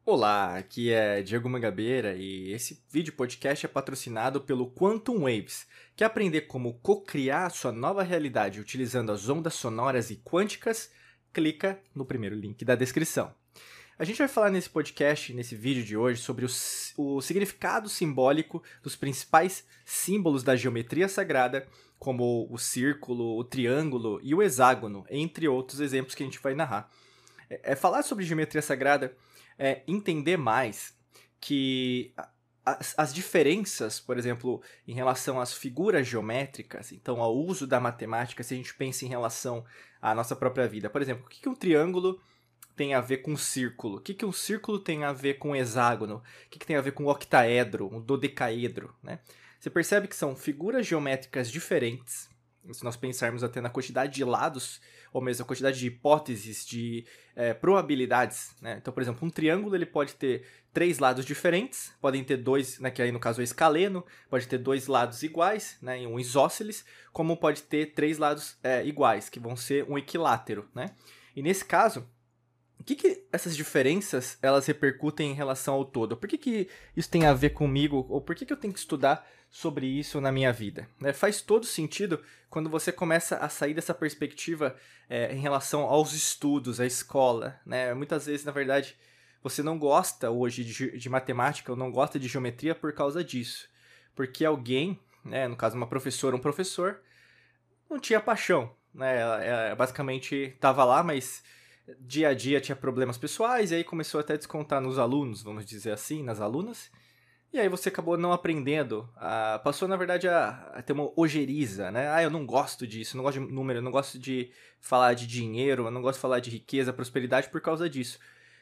Olá, aqui é Diego Mangabeira e esse vídeo podcast é patrocinado pelo Quantum Waves. Quer aprender como co-criar sua nova realidade utilizando as ondas sonoras e quânticas? Clica no primeiro link da descrição. A gente vai falar nesse podcast, nesse vídeo de hoje, sobre o significado simbólico dos principais símbolos da geometria sagrada, como o círculo, o triângulo e o hexágono, entre outros exemplos que a gente vai narrar. Falar sobre geometria sagrada é entender mais que as diferenças, por exemplo, em relação às figuras geométricas, então ao uso da matemática, se a gente pensa em relação à nossa própria vida. Por exemplo, o que um triângulo tem a ver com um círculo? O que um círculo tem a ver com um hexágono? O que tem a ver com um octaedro, um dodecaedro, né? Você percebe que são figuras geométricas diferentes, se nós pensarmos até na quantidade de lados, ou mesmo a quantidade de hipóteses, de probabilidades, né? Então, por exemplo, um triângulo ele pode ter 3 lados diferentes, podem ter 2, né, que aí no caso é escaleno, pode ter 2 lados iguais, né, um isósceles, como pode ter 3 lados iguais, que vão ser um equilátero, né? E nesse caso, o que essas diferenças elas repercutem em relação ao todo? Por que isso tem a ver comigo? Ou por que eu tenho que estudar sobre isso na minha vida? Faz todo sentido quando você começa a sair dessa perspectiva em relação aos estudos, à escola, né? Muitas vezes, na verdade, você não gosta hoje de matemática ou não gosta de geometria por causa disso. Porque alguém, né, no caso uma professora ou um professor, não tinha paixão, né? Ela basicamente estava lá, mas dia a dia tinha problemas pessoais, e aí começou até a descontar nos alunos, vamos dizer assim, nas alunas. E aí você acabou não aprendendo, passou na verdade a ter uma ojeriza, né? Eu não gosto disso, eu não gosto de número, eu não gosto de falar de dinheiro, eu não gosto de falar de riqueza, prosperidade por causa disso.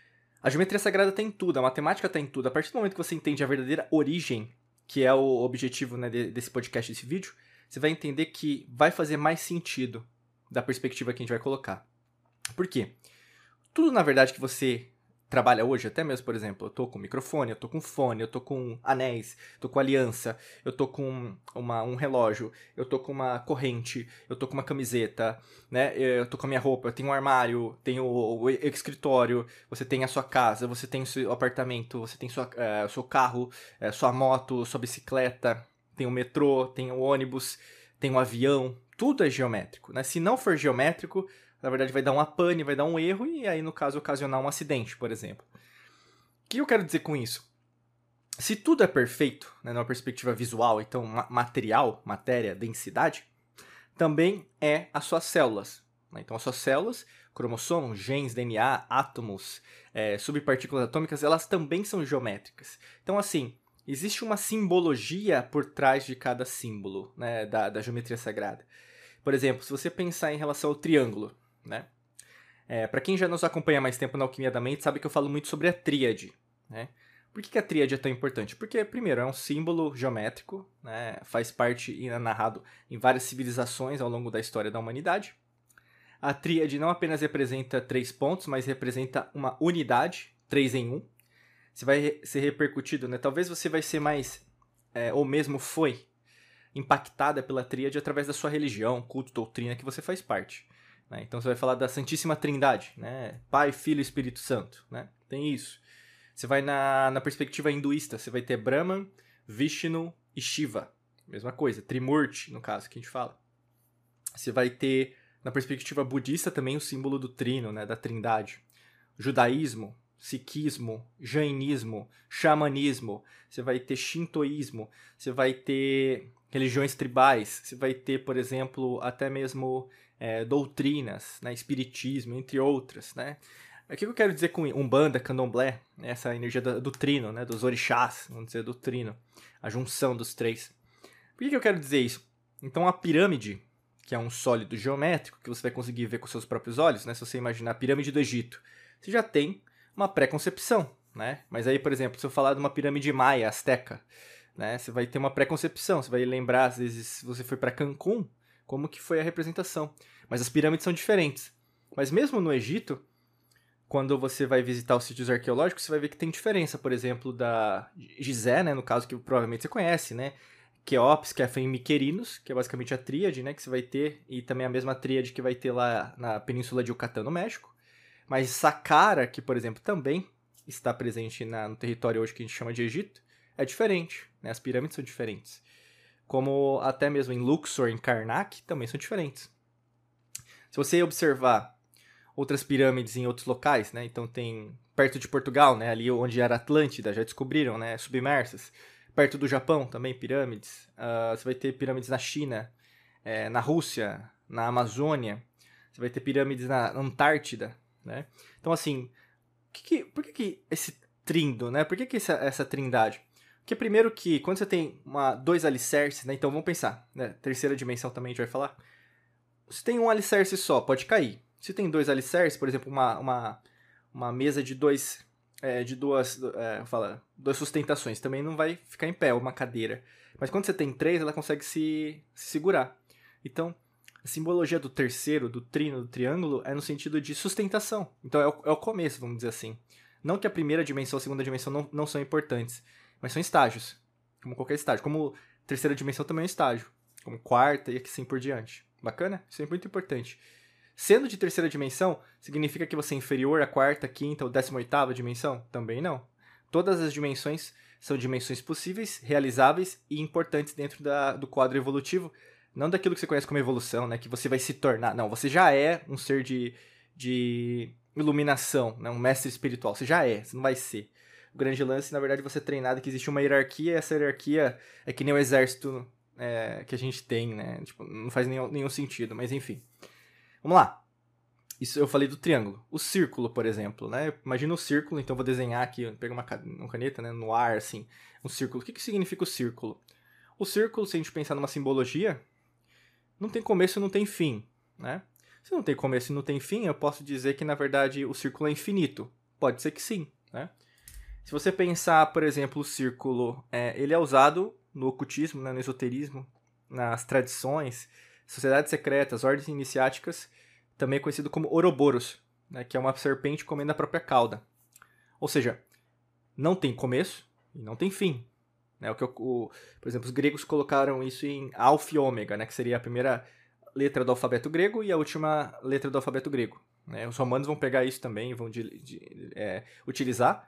A geometria sagrada tem tudo, a matemática tem tudo. A partir do momento que você entende a verdadeira origem, que é o objetivo, né, desse podcast, desse vídeo, você vai entender que vai fazer mais sentido da perspectiva que a gente vai colocar. Por quê? Tudo, na verdade, que você trabalha hoje, até mesmo, por exemplo, eu tô com microfone, eu tô com fone, eu tô com anéis, eu tô com aliança, eu tô com um relógio, eu tô com uma corrente, eu tô com uma camiseta, né? Eu tô com a minha roupa, eu tenho um armário, tenho o escritório, você tem a sua casa, você tem o seu apartamento, você tem o seu carro, sua moto, sua bicicleta, tem o metrô, tem o ônibus, tem o avião, tudo é geométrico, né? Se não for geométrico, na verdade vai dar uma pane, vai dar um erro e aí no caso ocasionar um acidente, por exemplo. O que eu quero dizer com isso? Se tudo é perfeito, né, numa perspectiva visual, então material, matéria, densidade, também é as suas células. Né? Então as suas células, cromossomos, genes, DNA, átomos, subpartículas atômicas, elas também são geométricas. Então assim, existe uma simbologia por trás de cada símbolo, né, da geometria sagrada. Por exemplo, se você pensar em relação ao triângulo, né? Para quem já nos acompanha há mais tempo na Alquimia da Mente, sabe que eu falo muito sobre a tríade. Né? Por que a tríade é tão importante? Porque, primeiro, é um símbolo geométrico, né? Faz parte e é narrado em várias civilizações ao longo da história da humanidade. A tríade não apenas representa 3 pontos, mas representa uma unidade, 3 em 1. Você vai ser repercutido, né? Talvez você vai ser mais, ou mesmo foi, impactada pela tríade através da sua religião, culto, doutrina que você faz parte. Né? Então você vai falar da Santíssima Trindade, né? Pai, Filho e Espírito Santo. Né? Tem isso. Você vai na perspectiva hinduísta, você vai ter Brahman, Vishnu e Shiva. Mesma coisa, Trimurti, no caso, que a gente fala. Você vai ter, na perspectiva budista, também o símbolo do trino, né? Da trindade. Judaísmo, sikhismo, jainismo, xamanismo, você vai ter shintoísmo, você vai ter religiões tribais, você vai ter, por exemplo, até mesmo doutrinas, né, espiritismo, entre outras, né? O que eu quero dizer com Umbanda, Candomblé, né, essa energia do trino, né, dos orixás, vamos dizer, do trino, a junção dos 3. Por que eu quero dizer isso? Então a pirâmide, que é um sólido geométrico, que você vai conseguir ver com seus próprios olhos, né, se você imaginar a pirâmide do Egito, você já tem uma pré-concepção, né? Mas aí, por exemplo, se eu falar de uma pirâmide maia, asteca, né, você vai ter uma pré-concepção, você vai lembrar, às vezes, se você foi para Cancún, como que foi a representação. Mas as pirâmides são diferentes. Mas mesmo no Egito, quando você vai visitar os sítios arqueológicos, você vai ver que tem diferença, por exemplo, da Gizé, né, no caso que provavelmente você conhece, né? Quéops, Kéfera e Miquerinos, que é basicamente a tríade, né, que você vai ter, e também a mesma tríade que vai ter lá na Península de Yucatán, no México. Mas Saqqara, que, por exemplo, também está presente no território hoje que a gente chama de Egito, é diferente, né? As pirâmides são diferentes. Como até mesmo em Luxor, em Karnak, também são diferentes. Se você observar outras pirâmides em outros locais, né? Então tem perto de Portugal, né? Ali onde era Atlântida, já descobriram, né? Submersas. Perto do Japão também, pirâmides. Você vai ter pirâmides na China, na Rússia, na Amazônia. Você vai ter pirâmides na Antártida, né? Então, assim, por que esse trindo, né? Por que essa trindade? Porque primeiro que, quando você tem dois alicerces, né? Então, vamos pensar, né? Terceira dimensão também a gente vai falar. Se tem um alicerce só, pode cair. Se tem dois alicerces, por exemplo, uma mesa de duas sustentações, também não vai ficar em pé, uma cadeira. Mas quando você tem três, ela consegue se segurar. Então, a simbologia do terceiro, do trino, do triângulo, é no sentido de sustentação. Então, é o começo, vamos dizer assim. Não que a primeira dimensão e a segunda dimensão não são importantes, mas são estágios, como qualquer estágio. Como terceira dimensão também é um estágio, como quarta e assim por diante. Bacana? Isso é muito importante. Sendo de terceira dimensão, significa que você é inferior à quarta, quinta ou 18ª dimensão? Também não. Todas as dimensões são dimensões possíveis, realizáveis e importantes dentro do quadro evolutivo, não daquilo que você conhece como evolução, né? Que você vai se tornar. Não, você já é um ser de iluminação, né? Um mestre espiritual. Você já é, você não vai ser. O grande lance, na verdade, é você treinar que existe uma hierarquia, e essa hierarquia é que nem o exército que a gente tem, né? Tipo, não faz nenhum sentido, mas enfim. Vamos lá. Isso eu falei do triângulo. O círculo, por exemplo, né? Imagina o círculo, então eu vou desenhar aqui, pegar uma caneta, né? No ar, assim, um círculo. O que significa o círculo? O círculo, se a gente pensar numa simbologia, não tem começo e não tem fim, né? Se não tem começo e não tem fim, eu posso dizer que, na verdade, o círculo é infinito. Pode ser que sim, né? Se você pensar, por exemplo, o círculo, ele é usado no ocultismo, né, no esoterismo, nas tradições, sociedades secretas, ordens iniciáticas, também conhecido como Ouroboros, né, que é uma serpente comendo a própria cauda. Ou seja, não tem começo e não tem fim. Né? Por exemplo, os gregos colocaram isso em Alfa e Ômega, né, que seria a primeira letra do alfabeto grego e a última letra do alfabeto grego. Né? Os romanos vão pegar isso também e vão utilizar.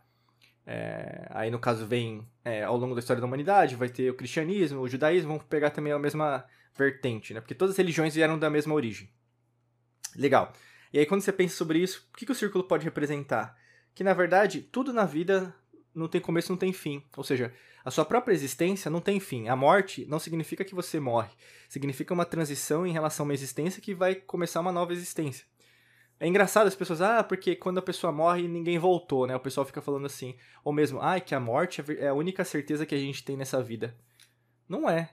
Aí no caso vem ao longo da história da humanidade, vai ter o cristianismo, o judaísmo, vão pegar também a mesma vertente, né? Porque todas as religiões vieram da mesma origem. Legal. E aí quando você pensa sobre isso, o que o círculo pode representar? Que na verdade, tudo na vida não tem começo, não tem fim. Ou seja, a sua própria existência não tem fim. A morte não significa que você morre. Significa uma transição em relação a uma existência que vai começar uma nova existência. É engraçado as pessoas, porque quando a pessoa morre ninguém voltou, né? O pessoal fica falando assim, ou mesmo, que a morte é a única certeza que a gente tem nessa vida. Não é.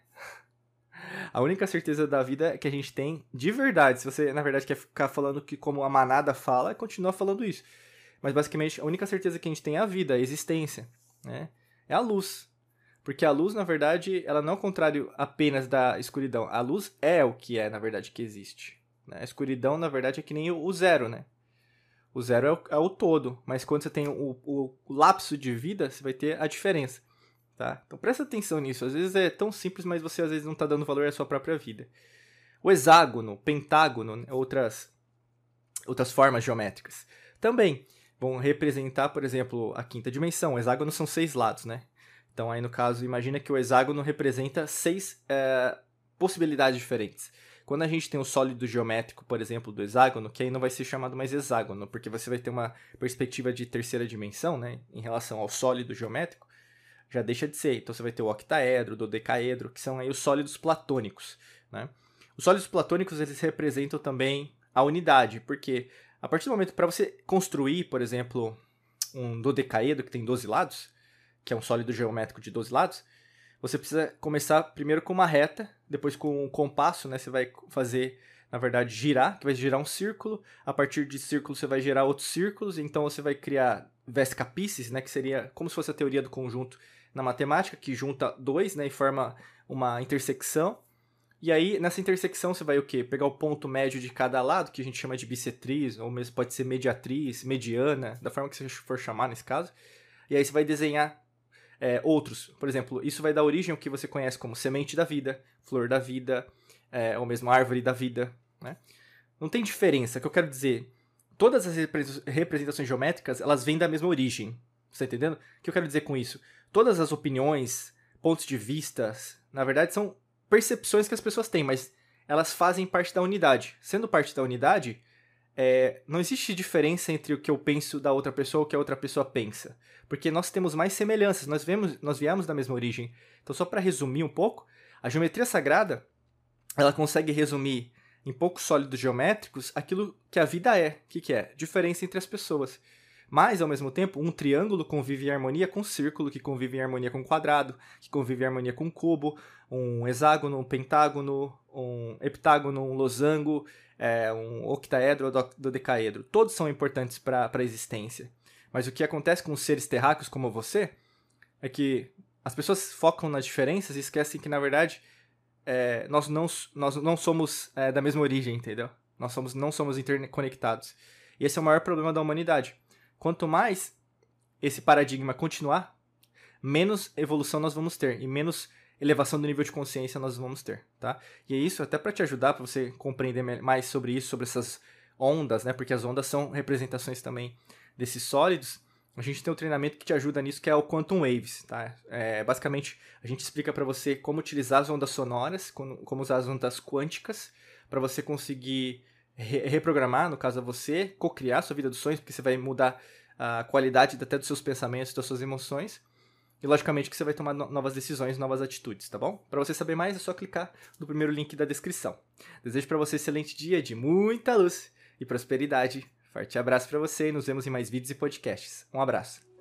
A única certeza da vida que a gente tem de verdade, se você na verdade quer ficar falando que como a manada fala, continua falando isso. Mas basicamente a única certeza que a gente tem é a vida, a existência, né? É a luz. Porque a luz, na verdade, ela não é o contrário apenas da escuridão. A luz é o que é, na verdade, que existe. A escuridão, na verdade, é que nem o zero, né? O zero é o todo, mas quando você tem o lapso de vida, você vai ter a diferença, tá? Então presta atenção nisso. Às vezes é tão simples, mas você às vezes não está dando valor à sua própria vida. O hexágono, pentágono, né? outras formas geométricas, também vão representar, por exemplo, a quinta dimensão. O hexágono são 6 lados, né? Então aí no caso, imagina que o hexágono representa 6 possibilidades diferentes. Quando a gente tem o sólido geométrico, por exemplo, do hexágono, que aí não vai ser chamado mais hexágono, porque você vai ter uma perspectiva de terceira dimensão, né, em relação ao sólido geométrico, já deixa de ser. Então você vai ter o octaedro, o dodecaedro, que são aí os sólidos platônicos, né? Os sólidos platônicos, eles representam também a unidade, porque a partir do momento para você construir, por exemplo, um dodecaedro que tem 12 lados, que é um sólido geométrico de 12 lados, você precisa começar primeiro com uma reta, depois com um compasso, né? Você vai fazer, na verdade, girar, que vai girar um círculo. A partir de círculo você vai gerar outros círculos, então você vai criar vescapices, né? Que seria como se fosse a teoria do conjunto na matemática, que junta dois, né? E forma uma intersecção. E aí, nessa intersecção, você vai o quê? Pegar o ponto médio de cada lado, que a gente chama de bissetriz, ou mesmo pode ser mediatriz, mediana, da forma que você for chamar nesse caso. E aí você vai desenhar outros. Por exemplo, isso vai dar origem ao que você conhece como semente da vida, flor da vida, ou mesmo árvore da vida, né? Não tem diferença. O que eu quero dizer, todas as representações geométricas, elas vêm da mesma origem, Você tá entendendo? O que eu quero dizer com isso? Todas as opiniões, pontos de vista, na verdade são percepções que as pessoas têm, mas elas fazem parte da unidade. Sendo parte da unidade, não existe diferença entre o que eu penso da outra pessoa e o que a outra pessoa pensa. Porque nós temos mais semelhanças, nós viemos da mesma origem. Então, só para resumir um pouco, a geometria sagrada, ela consegue resumir em poucos sólidos geométricos aquilo que a vida é. O que é? Diferença entre as pessoas. Mas, ao mesmo tempo, um triângulo convive em harmonia com um círculo, que convive em harmonia com um quadrado, que convive em harmonia com um cubo, um hexágono, um pentágono, um heptágono, um losango, um octaedro ou dodecaedro. Todos são importantes para a existência. Mas o que acontece com os seres terráqueos como você é que as pessoas focam nas diferenças e esquecem que, na verdade, nós não somos da mesma origem, entendeu? Nós não somos interconectados. E esse é o maior problema da humanidade. Quanto mais esse paradigma continuar, menos evolução nós vamos ter e menos elevação do nível de consciência nós vamos ter, tá? E é isso até para te ajudar, para você compreender mais sobre isso, sobre essas ondas, né? Porque as ondas são representações também desses sólidos. A gente tem um treinamento que te ajuda nisso, que é o Quantum Waves, tá? Basicamente, a gente explica para você como utilizar as ondas sonoras, como usar as ondas quânticas, para você conseguir reprogramar, no caso, você co-criar a sua vida dos sonhos, porque você vai mudar a qualidade até dos seus pensamentos, das suas emoções. E, logicamente, que você vai tomar novas decisões, novas atitudes, tá bom? Para você saber mais, é só clicar no primeiro link da descrição. Desejo para você um excelente dia de muita luz e prosperidade. Forte abraço para você e nos vemos em mais vídeos e podcasts. Um abraço.